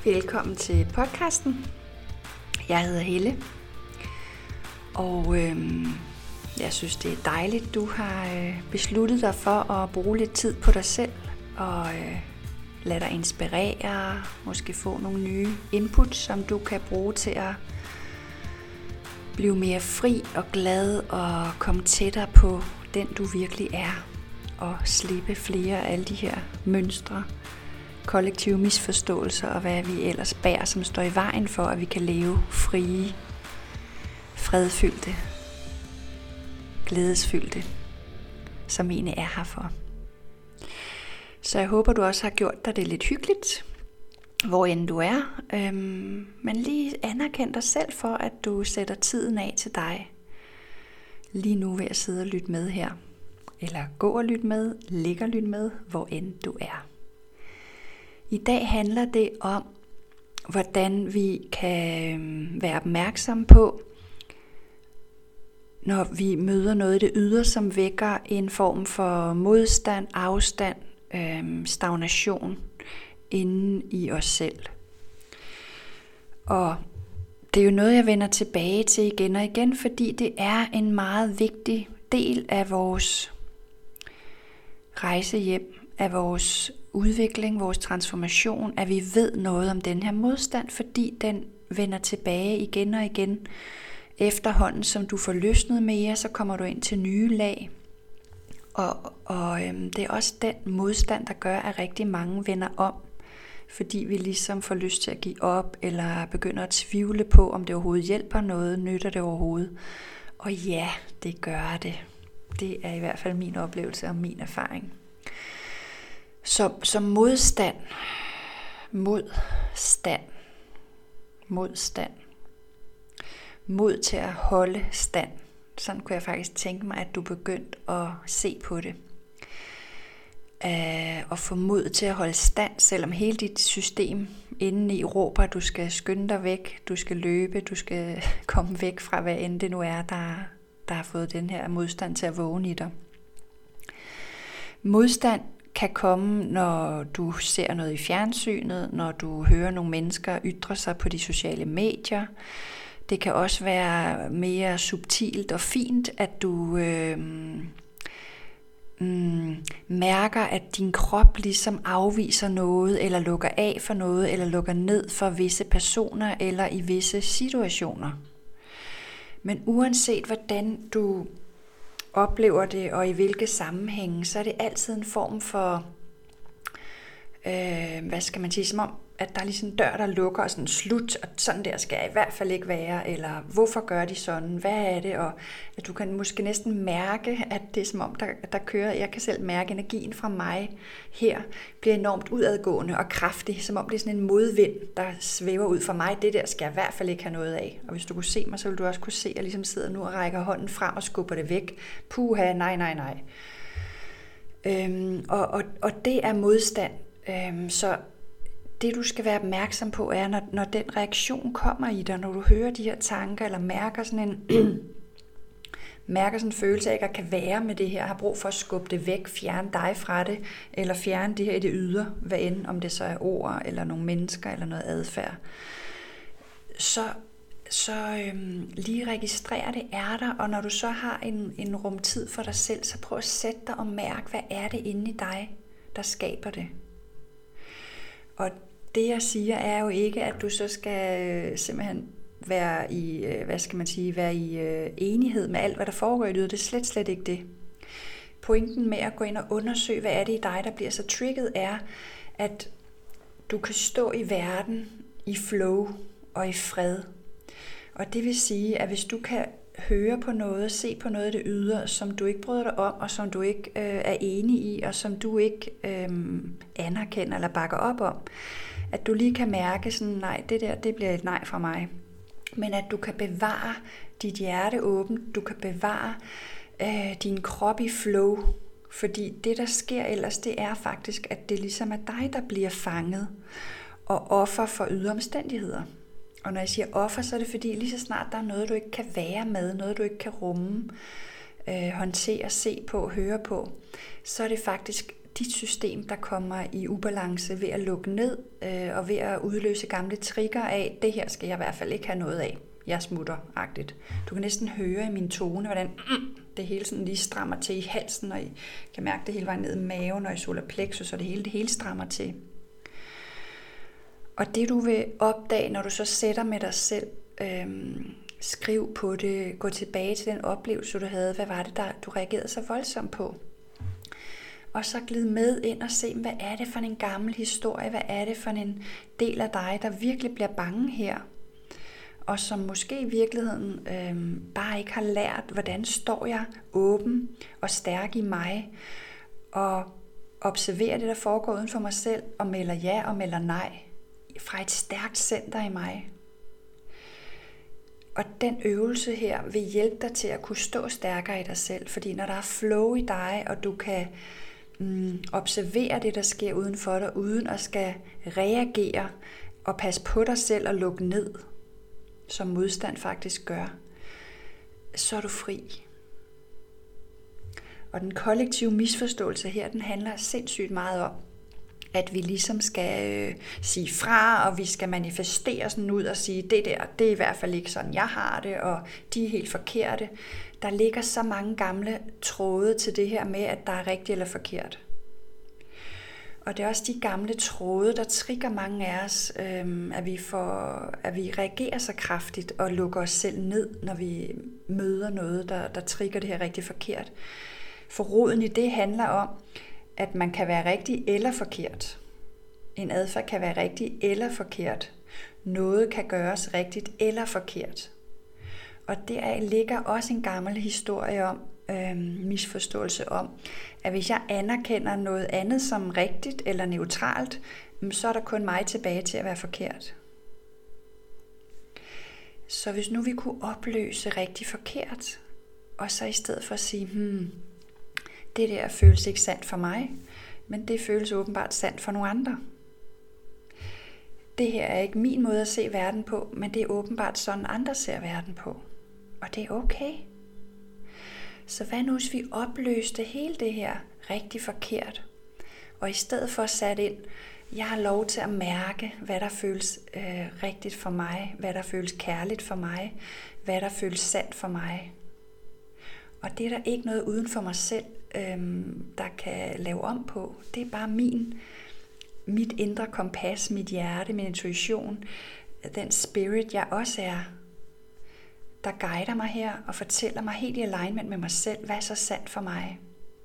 Velkommen til podcasten. Jeg hedder Helle, og jeg synes det er dejligt, du har besluttet dig for at bruge lidt tid på dig selv og lade dig inspirere, måske få nogle nye input, som du kan bruge til at blive mere fri og glad og komme tættere på den du virkelig er og slippe flere af alle de her mønstre, kollektive misforståelser og hvad vi ellers bærer, som står i vejen for, at vi kan leve frie, fredfyldte, glædesfyldte, som egentlig er her for. Så jeg håber, du også har gjort dig det lidt hyggeligt, hvor end du er, men lige anerkend dig selv for, at du sætter tiden af til dig, lige nu ved at sidde og lytte med her, eller gå og lytte med, ligge og lytte med, hvor end du er. I dag handler det om, hvordan vi kan være opmærksomme på, når vi møder noget i det ydre, som vækker en form for modstand, afstand, stagnation inde i os selv. Og det er jo noget, jeg vender tilbage til igen og igen, fordi det er en meget vigtig del af vores rejse hjem, af vores udvikling, vores transformation, at vi ved noget om den her modstand, fordi den vender tilbage igen og igen. Efterhånden, som du får løsnet mere, så kommer du ind til nye lag. Og det er også den modstand, der gør, at rigtig mange vender om, fordi vi ligesom får lyst til at give op, eller begynder at tvivle på, om det overhovedet hjælper noget, nytter det overhovedet. Og ja, det gør det. Det er i hvert fald min oplevelse og min erfaring. Så modstand, mod til at holde stand. Sådan kunne jeg faktisk tænke mig, at du begyndte at se på det. Og få mod til at holde stand, selvom hele dit system indeni råber, du skal skynde dig væk, du skal løbe, du skal komme væk fra hvad end det nu er, der har fået den her modstand til at vågne i dig. Modstand kan komme, når du ser noget i fjernsynet, når du hører nogle mennesker ytre sig på de sociale medier. Det kan også være mere subtilt og fint, at du mærker, at din krop ligesom afviser noget, eller lukker af for noget, eller lukker ned for visse personer, eller i visse situationer. Men uanset hvordan du oplever det, og i hvilke sammenhænge, så er det altid en form for, som om, at der er ligesom en dør, der lukker, og sådan slut, og sådan der skal jeg i hvert fald ikke være, eller hvorfor gør de sådan, hvad er det, og at du kan måske næsten mærke, at det er som om, der kører, jeg kan selv mærke energien fra mig her, bliver enormt udadgående og kraftig, som om det er sådan en modvind, der svæver ud for mig, det der skal jeg i hvert fald ikke have noget af, og hvis du kunne se mig, så ville du også kunne se, at jeg ligesom sidder nu og rækker hånden frem og skubber det væk, puha, nej. Og det er modstand, så det du skal være opmærksom på er, når den reaktion kommer i dig, når du hører de her tanker, eller mærker sådan en følelse af, at jeg kan være med det her, har brug for at skubbe det væk, fjerne dig fra det, eller fjerne det her i det ydre, hvad end, om det så er ord, eller nogle mennesker, eller noget adfærd. Så lige registrere det er der, og når du så har en rumtid for dig selv, så prøv at sætte dig og mærke, hvad er det inde i dig, der skaber det. Og det jeg siger er jo ikke, at du så skal simpelthen være i, enighed med alt, hvad der foregår i det. Det er slet ikke det. Pointen med at gå ind og undersøge, hvad er det i dig, der bliver så trigget, er, at du kan stå i verden i flow og i fred. Og det vil sige, at hvis du kan høre på noget, se på noget af det ydre, som du ikke bryder dig om, og som du ikke er enig i, og som du ikke anerkender eller bakker op om, at du lige kan mærke sådan, nej, det der, det bliver et nej fra mig. Men at du kan bevare dit hjerte åbent, du kan bevare din krop i flow, fordi det, der sker ellers, det er faktisk, at det ligesom er dig, der bliver fanget og offer for ydre omstændigheder. Og når jeg siger offer, så er det fordi, lige så snart der er noget, du ikke kan være med, noget du ikke kan rumme, håndtere, se på, høre på, så er det faktisk dit system, der kommer i ubalance ved at lukke ned og ved at udløse gamle trigger af, det her skal jeg i hvert fald ikke have noget af. Jeg smutter-agtigt. Du kan næsten høre i min tone, hvordan det hele sådan lige strammer til i halsen, og I kan mærke det hele vejen ned i maven og i solar plexus, og det hele strammer til. Og det du vil opdage, når du så sætter med dig selv, skriv på det, gå tilbage til den oplevelse, du havde. Hvad var det, du reagerede så voldsomt på? Og så glid med ind og se, hvad er det for en gammel historie? Hvad er det for en del af dig, der virkelig bliver bange her? Og som måske i virkeligheden bare ikke har lært, hvordan står jeg åben og stærk i mig, og observerer det, der foregår uden for mig selv, og melder ja og melder nej fra et stærkt center i mig. Og den øvelse her vil hjælpe dig til at kunne stå stærkere i dig selv, fordi når der er flow i dig, og du kan observere det, der sker uden for dig, uden at skal reagere og passe på dig selv og lukke ned, som modstand faktisk gør, så er du fri. Og den kollektive misforståelse her, den handler sindssygt meget om, at vi ligesom skal sige fra, og vi skal manifestere sådan ud og sige, det er i hvert fald ikke sådan, jeg har det, og de er helt forkerte. Der ligger så mange gamle tråde til det her med, at der er rigtigt eller forkert. Og det er også de gamle tråde, der trigger mange af os, at vi reagerer så kraftigt og lukker os selv ned, når vi møder noget, der trigger det her rigtig forkert. For roden i det handler om, at man kan være rigtig eller forkert. En adfærd kan være rigtig eller forkert. Noget kan gøres rigtigt eller forkert. Og der ligger også en gammel historie om, misforståelse om, at hvis jeg anerkender noget andet som rigtigt eller neutralt, så er der kun mig tilbage til at være forkert. Så hvis nu vi kunne opløse rigtig forkert, og så i stedet for at sige, det der føles ikke sandt for mig, men det føles åbenbart sandt for nogle andre. Det her er ikke min måde at se verden på, men det er åbenbart sådan andre ser verden på. Og det er okay. Så hvad nu hvis vi opløste hele det her rigtig forkert, og i stedet for at sætte ind, jeg har lov til at mærke, hvad der føles rigtigt for mig, hvad der føles kærligt for mig, hvad der føles sandt for mig. Og det er der ikke noget uden for mig selv, der kan lave om på. Det er bare mit indre kompas, mit hjerte, min intuition, den spirit, jeg også er, der guider mig her og fortæller mig helt i alignment med mig selv, hvad er så sandt for mig.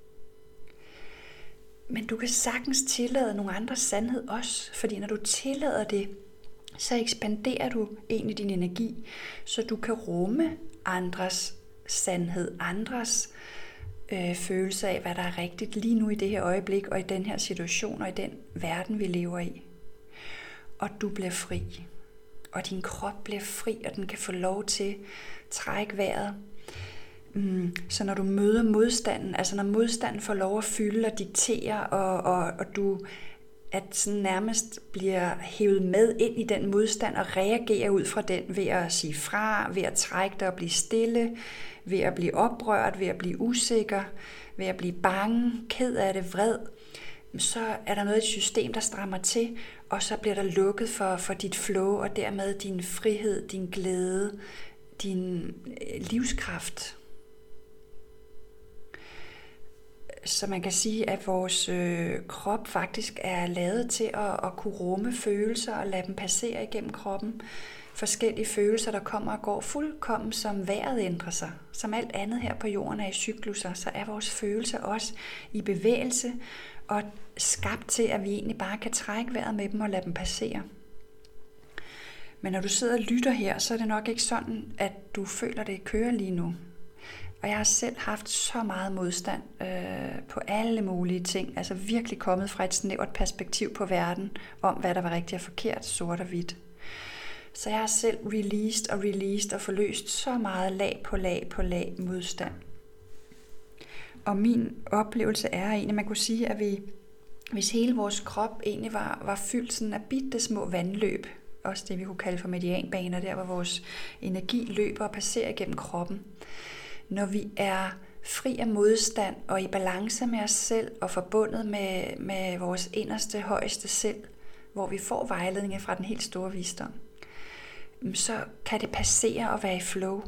Men du kan sagtens tillade nogle andres sandhed også, fordi når du tillader det, så ekspanderer du egentlig din energi, så du kan rumme andres sandhed, andres følelse af, hvad der er rigtigt lige nu i det her øjeblik, og i den her situation, og i den verden, vi lever i. Og du bliver fri. Og din krop bliver fri, og den kan få lov til at trække vejret. Så når du møder modstanden, altså når modstanden får lov at fylde og diktere, og du at sådan nærmest bliver hævet med ind i den modstand og reagerer ud fra den ved at sige fra, ved at trække dig og blive stille, ved at blive oprørt, ved at blive usikker, ved at blive bange, ked af det, vred, så er der noget i et system, der strammer til, og så bliver der lukket for dit flow, og dermed din frihed, din glæde, din livskraft. Så man kan sige, at vores krop faktisk er lavet til at kunne rumme følelser og lade dem passere igennem kroppen. Forskellige følelser, der kommer og går fuldkommen, som vejret ændrer sig. Som alt andet her på jorden er i cykluser, så er vores følelser også i bevægelse og skabt til, at vi egentlig bare kan trække vejret med dem og lade dem passere. Men når du sidder og lytter her, så er det nok ikke sådan, at du føler, det kører lige nu. Og jeg har selv haft så meget modstand på alle mulige ting. Altså virkelig kommet fra et snævert perspektiv på verden, om hvad der var rigtigt og forkert, sort og hvidt. Så jeg har selv released og forløst så meget lag på lag modstand. Og min oplevelse er egentlig, man kunne sige, at hvis hele vores krop egentlig var fyldt sådan af bitte små vandløb, også det vi kunne kalde for medianbaner, der hvor vores energi løber og passerer gennem kroppen. Når vi er fri af modstand og i balance med os selv og forbundet med vores inderste, højeste selv, hvor vi får vejledning fra den helt store visdom, så kan det passere at være i flow.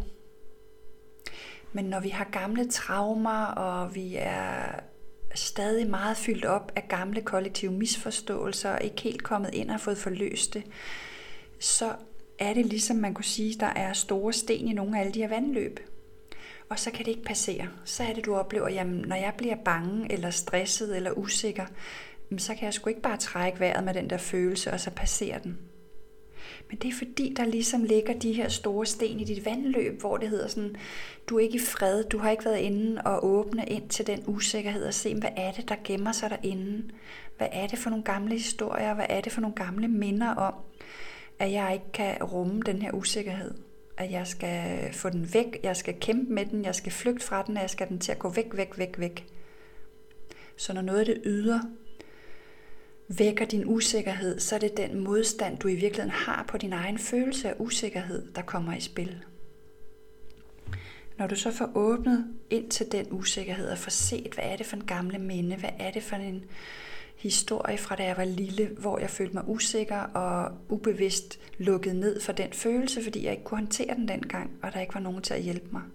Men når vi har gamle traumer, og vi er stadig meget fyldt op af gamle kollektive misforståelser, og ikke helt kommet ind og fået forløst det, så er det ligesom man kunne sige, der er store sten i nogle af alle de her vandløb. Og så kan det ikke passere. Så er det, du oplever, jamen når jeg bliver bange, eller stresset, eller usikker, så kan jeg sgu ikke bare trække vejret med den der følelse, og så passere den. Men det er fordi, der ligesom ligger de her store sten i dit vandløb, hvor det hedder sådan, du er ikke i fred, du har ikke været inde og åbne ind til den usikkerhed og se, hvad er det, der gemmer sig derinde? Hvad er det for nogle gamle historier? Hvad er det for nogle gamle minder om, at jeg ikke kan rumme den her usikkerhed? At jeg skal få den væk, jeg skal kæmpe med den, jeg skal flygte fra den, og jeg skal den til at gå væk. Så når noget af det ydre vækker din usikkerhed, så er det den modstand, du i virkeligheden har på din egen følelse af usikkerhed, der kommer i spil. Når du så får åbnet ind til den usikkerhed og får set, hvad er det for en gamle minde, hvad er det for en historie fra da jeg var lille, hvor jeg følte mig usikker og ubevidst lukket ned for den følelse, fordi jeg ikke kunne håndtere den dengang, og der ikke var nogen til at hjælpe mig.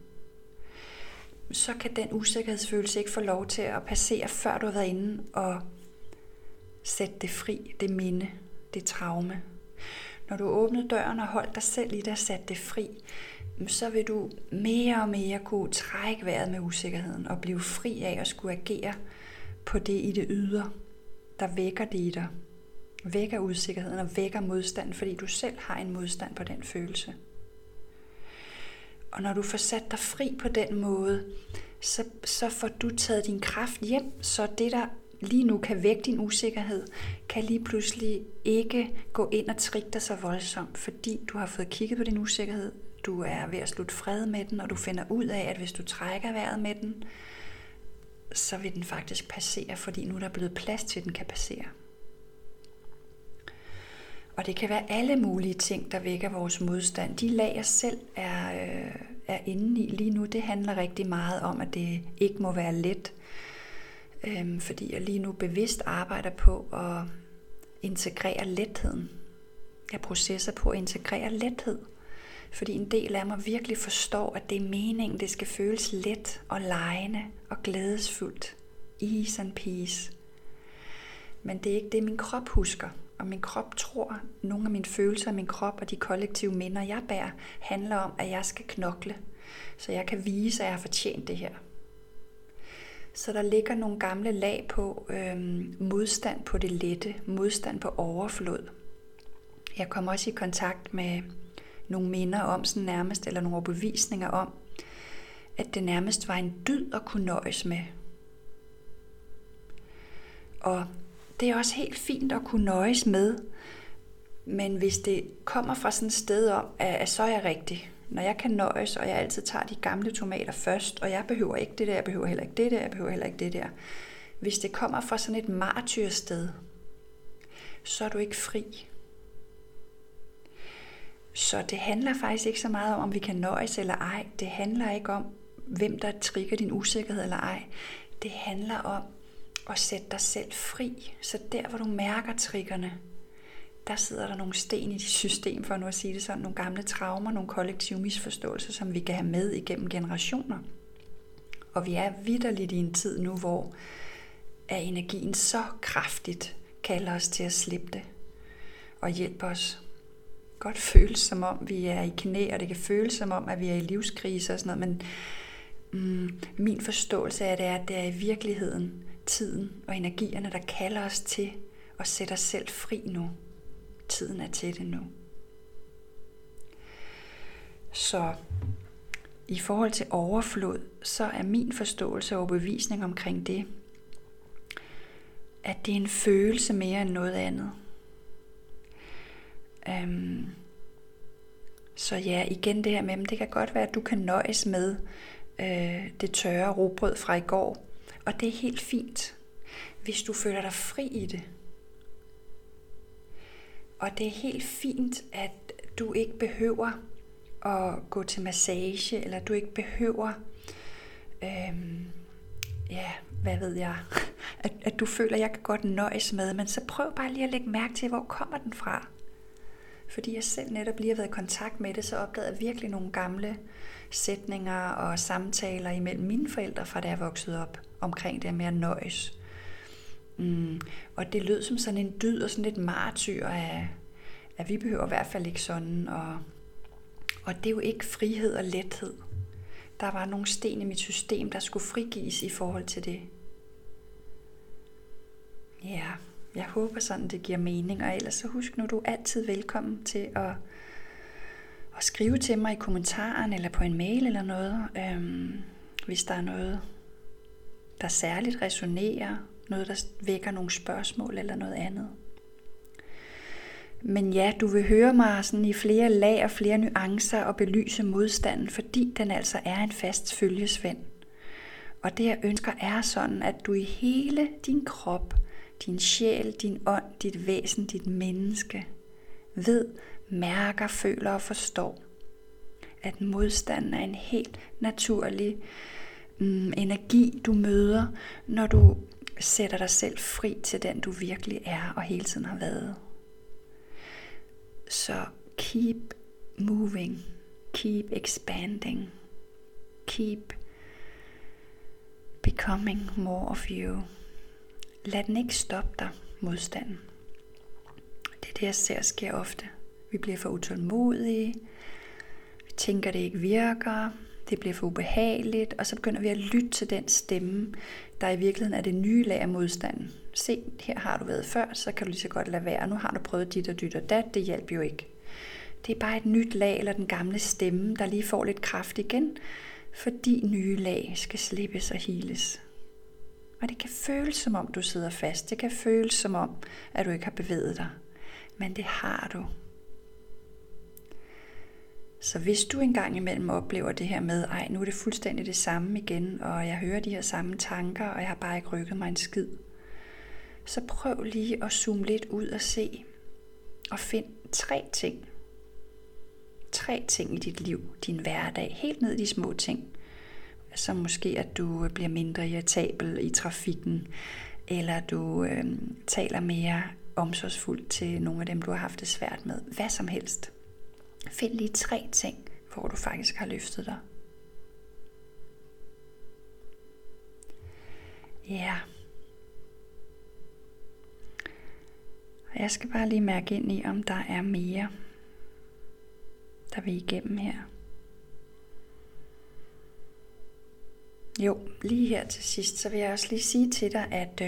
Så kan den usikkerhedsfølelse ikke få lov til at passere, før du har været inde og sætte det fri, det minde, det traume. Når du åbner døren og holder dig selv i det og sætter det fri, så vil du mere og mere kunne trække vejret med usikkerheden og blive fri af at skulle agere på det i det ydre, der vækker det i dig. Vækker usikkerheden og vækker modstand, fordi du selv har en modstand på den følelse. Og når du får sat dig fri på den måde, så får du taget din kraft hjem, så det der lige nu kan vække din usikkerhed, kan lige pludselig ikke gå ind og trigge dig så voldsomt, fordi du har fået kigget på din usikkerhed, du er ved at slutte fred med den, og du finder ud af, at hvis du trækker vejret med den, så vil den faktisk passere, fordi nu er der blevet plads til, at den kan passere. Og det kan være alle mulige ting, der vækker vores modstand. De lag, jeg selv er inde i lige nu, det handler rigtig meget om, at det ikke må være let. Fordi jeg lige nu bevidst arbejder på at integrere letheden. Jeg processer på at integrere lethed. Fordi en del af mig virkelig forstår, at det er meningen, det skal føles let og legende og glædesfuldt. Ease and peace. Men det er ikke det, min krop husker. Og min krop tror, nogle af mine følelser af min krop og de kollektive minder, jeg bærer, handler om, at jeg skal knokle. Så jeg kan vise, at jeg har fortjent det her. Så der ligger nogle gamle lag på modstand på det lette, modstand på overflod. Jeg kommer også i kontakt med nogle minder om, sådan nærmest, eller nogle overbevisninger om, at det nærmest var en dyd at kunne nøjes med. Og det er også helt fint at kunne nøjes med, men hvis det kommer fra sådan et sted om, at så er jeg rigtig. Når jeg kan nøjes, og jeg altid tager de gamle tomater først, og jeg behøver ikke det der, jeg behøver heller ikke det der, jeg behøver heller ikke det der. Hvis det kommer fra sådan et martyrsted, så er du ikke fri. Så det handler faktisk ikke så meget om vi kan nøjes eller ej. Det handler ikke om, hvem der trigger din usikkerhed eller ej. Det handler om at sætte dig selv fri. Så der, hvor du mærker triggerne, der sidder der nogle sten i dit system, for nu at sige det sådan, nogle gamle traumer, nogle kollektive misforståelser, som vi kan have med igennem generationer. Og vi er vitterligt i en tid nu, hvor energien så kraftigt kalder os til at slippe det og hjælpe os. Godt føles som om, vi er i knæ, og det kan føles som om, at vi er i livskrise og sådan noget, men min forståelse af det er, at det er i virkeligheden tiden og energierne, der kalder os til at sætte os selv fri nu. Tiden er til det nu. Så i forhold til overflod, så er min forståelse og overbevisning omkring det, at det er en følelse mere end noget andet. Så ja, igen det her med, det kan godt være, at du kan nøjes med det tørre rugbrød fra i går, og det er helt fint, hvis du føler dig fri i det. Og det er helt fint, at du ikke behøver at gå til massage, eller du ikke behøver hvad ved jeg, at du føler, at jeg kan godt nøjes med, men så prøv bare lige at lægge mærke til, hvor kommer den fra? Fordi jeg selv netop lige har været i kontakt med det, så opdagede jeg virkelig nogle gamle sætninger og samtaler imellem mine forældre, fra da jeg voksede op, omkring det med at nøjes. Og det lød som sådan en dyd og sådan lidt martyr af, at vi behøver i hvert fald ikke sådan, og det er jo ikke frihed og lethed. Der var nogle sten i mit system, der skulle frigives i forhold til det. Ja, jeg håber sådan, det giver mening, og ellers så husk nu, du er altid velkommen til at skrive til mig i kommentaren, eller på en mail eller noget, hvis der er noget, der særligt resonerer, noget, der vækker nogle spørgsmål eller noget andet. Men ja, du vil høre mig sådan i flere lag og flere nuancer og belyse modstanden, fordi den altså er en fast følgesvend. Og det jeg ønsker er sådan, at du i hele din krop, din sjæl, din ånd, dit væsen, dit menneske, ved, mærker, føler og forstår, at modstanden er en helt naturlig energi, du møder, når du sætter dig selv fri til den, du virkelig er og hele tiden har været. Så keep moving, keep expanding, keep becoming more of you. Lad den ikke stoppe dig, modstanden. Det er det, jeg ser sker ofte. Vi bliver for utålmodige, vi tænker, det ikke virker, det bliver for ubehageligt, og så begynder vi at lytte til den stemme, der i virkeligheden er det nye lag af modstanden. Se, her har du været før, så kan du lige så godt lade være. Nu har du prøvet dit og dit og dat, det hjælper jo ikke. Det er bare et nyt lag, eller den gamle stemme, der lige får lidt kraft igen, fordi nye lag skal slippes og heales. Og det kan føles som om, du sidder fast. Det kan føles som om, at du ikke har bevæget dig. Men det har du. Så hvis du engang imellem oplever det her med, nu er det fuldstændig det samme igen, og jeg hører de her samme tanker, og jeg har bare ikke rykket mig en skid, så prøv lige at zoome lidt ud og se, og find 3 ting. 3 ting i dit liv, din hverdag, helt ned i de små ting. Som måske, at du bliver mindre irritabel i trafikken, eller du taler mere omsorgsfuldt til nogle af dem, du har haft det svært med. Hvad som helst. Find lige 3 ting, hvor du faktisk har løftet dig. Ja. Og jeg skal bare lige mærke ind i, om der er mere, der vil igennem her. Jo, lige her til sidst, så vil jeg også lige sige til dig, at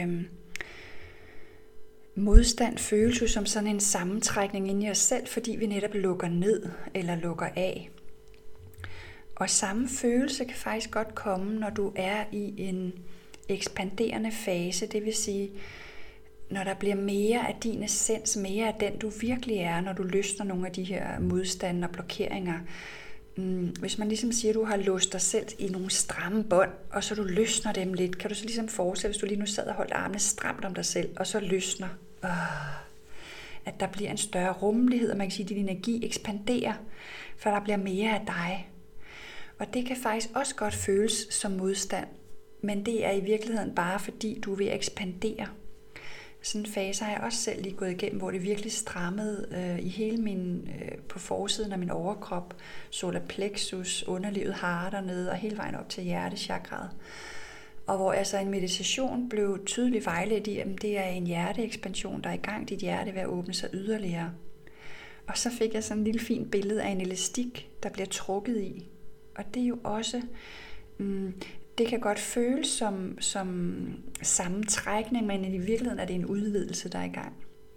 modstand føles jo som sådan en sammentrækning inde i os selv, fordi vi netop lukker ned eller lukker af. Og samme følelse kan faktisk godt komme, når du er i en ekspanderende fase, det vil sige, når der bliver mere af din essens, mere af den du virkelig er, når du løsner nogle af de her modstande og blokeringer. Hvis man ligesom siger, at du har låst dig selv i nogle stramme bånd, og så du løsner dem lidt, kan du så ligesom forestille, hvis du lige nu sad og holdt armene stramt om dig selv, og så løsner, at der bliver en større rummelighed, og man kan sige, at din energi ekspanderer, for der bliver mere af dig. Og det kan faktisk også godt føles som modstand, men det er i virkeligheden bare fordi, du er ved at ekspandere. Sådan en fase har jeg også selv lige gået igennem, hvor det virkelig strammede i hele min, på forsiden af min overkrop, solar plexus, underlivet har dernede og hele vejen op til hjertechakraet. Og hvor jeg så i en meditation blev tydeligt vejledt i, at det er en hjerteekspansion, der er i gang. Dit hjerte er ved at åbne sig yderligere. Og så fik jeg sådan en lille fint billede af en elastik, der bliver trukket i. Og det er jo også... Det kan godt føles som sammentrækning, men i virkeligheden er det en udvidelse, der er i gang.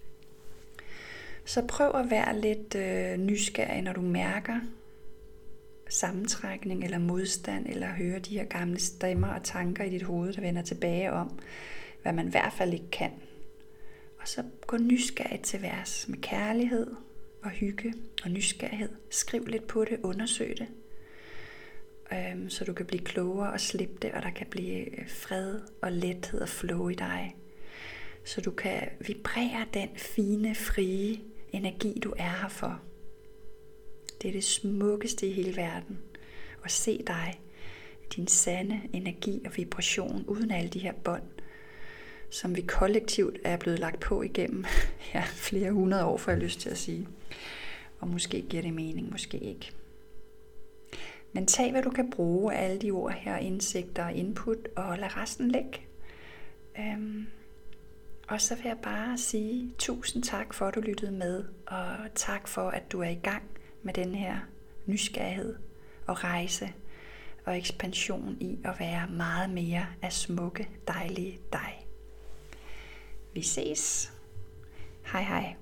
Så prøv at være lidt nysgerrig, når du mærker sammentrækning eller modstand, eller hører de her gamle stemmer og tanker i dit hoved, der vender tilbage om, hvad man i hvert fald ikke kan. Og så gå nysgerrig til værs med kærlighed og hygge og nysgerrighed. Skriv lidt på det, undersøg det. Så du kan blive klogere og slippe det, og der kan blive fred og lethed og flow i dig. Så du kan vibrere den fine, frie energi, du er her for. Det er det smukkeste i hele verden. At se dig din sande energi og vibration, uden alle de her bånd, som vi kollektivt er blevet lagt på igennem flere 100 år, får jeg lyst til at sige. Og måske giver det mening, måske ikke. Men tag, hvad du kan bruge af alle de ord her, indsigter og input, og lad resten ligge. Og så vil jeg bare sige tusind tak for, at du lyttede med, og tak for, at du er i gang med den her nysgerrighed og rejse og ekspansion i at være meget mere af smukke, dejlige dig. Vi ses. Hej hej.